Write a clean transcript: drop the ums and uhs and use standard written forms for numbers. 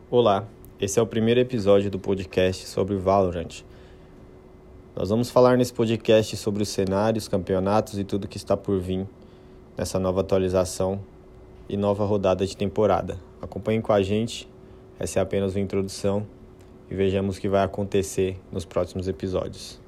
Olá, esse é o primeiro episódio do podcast sobre Valorant. Nós vamos falar nesse podcast sobre os cenários, campeonatos e tudo que está por vir nessa nova atualização e nova rodada de temporada. Acompanhem com a gente, essa é apenas uma introdução e vejamos o que vai acontecer nos próximos episódios.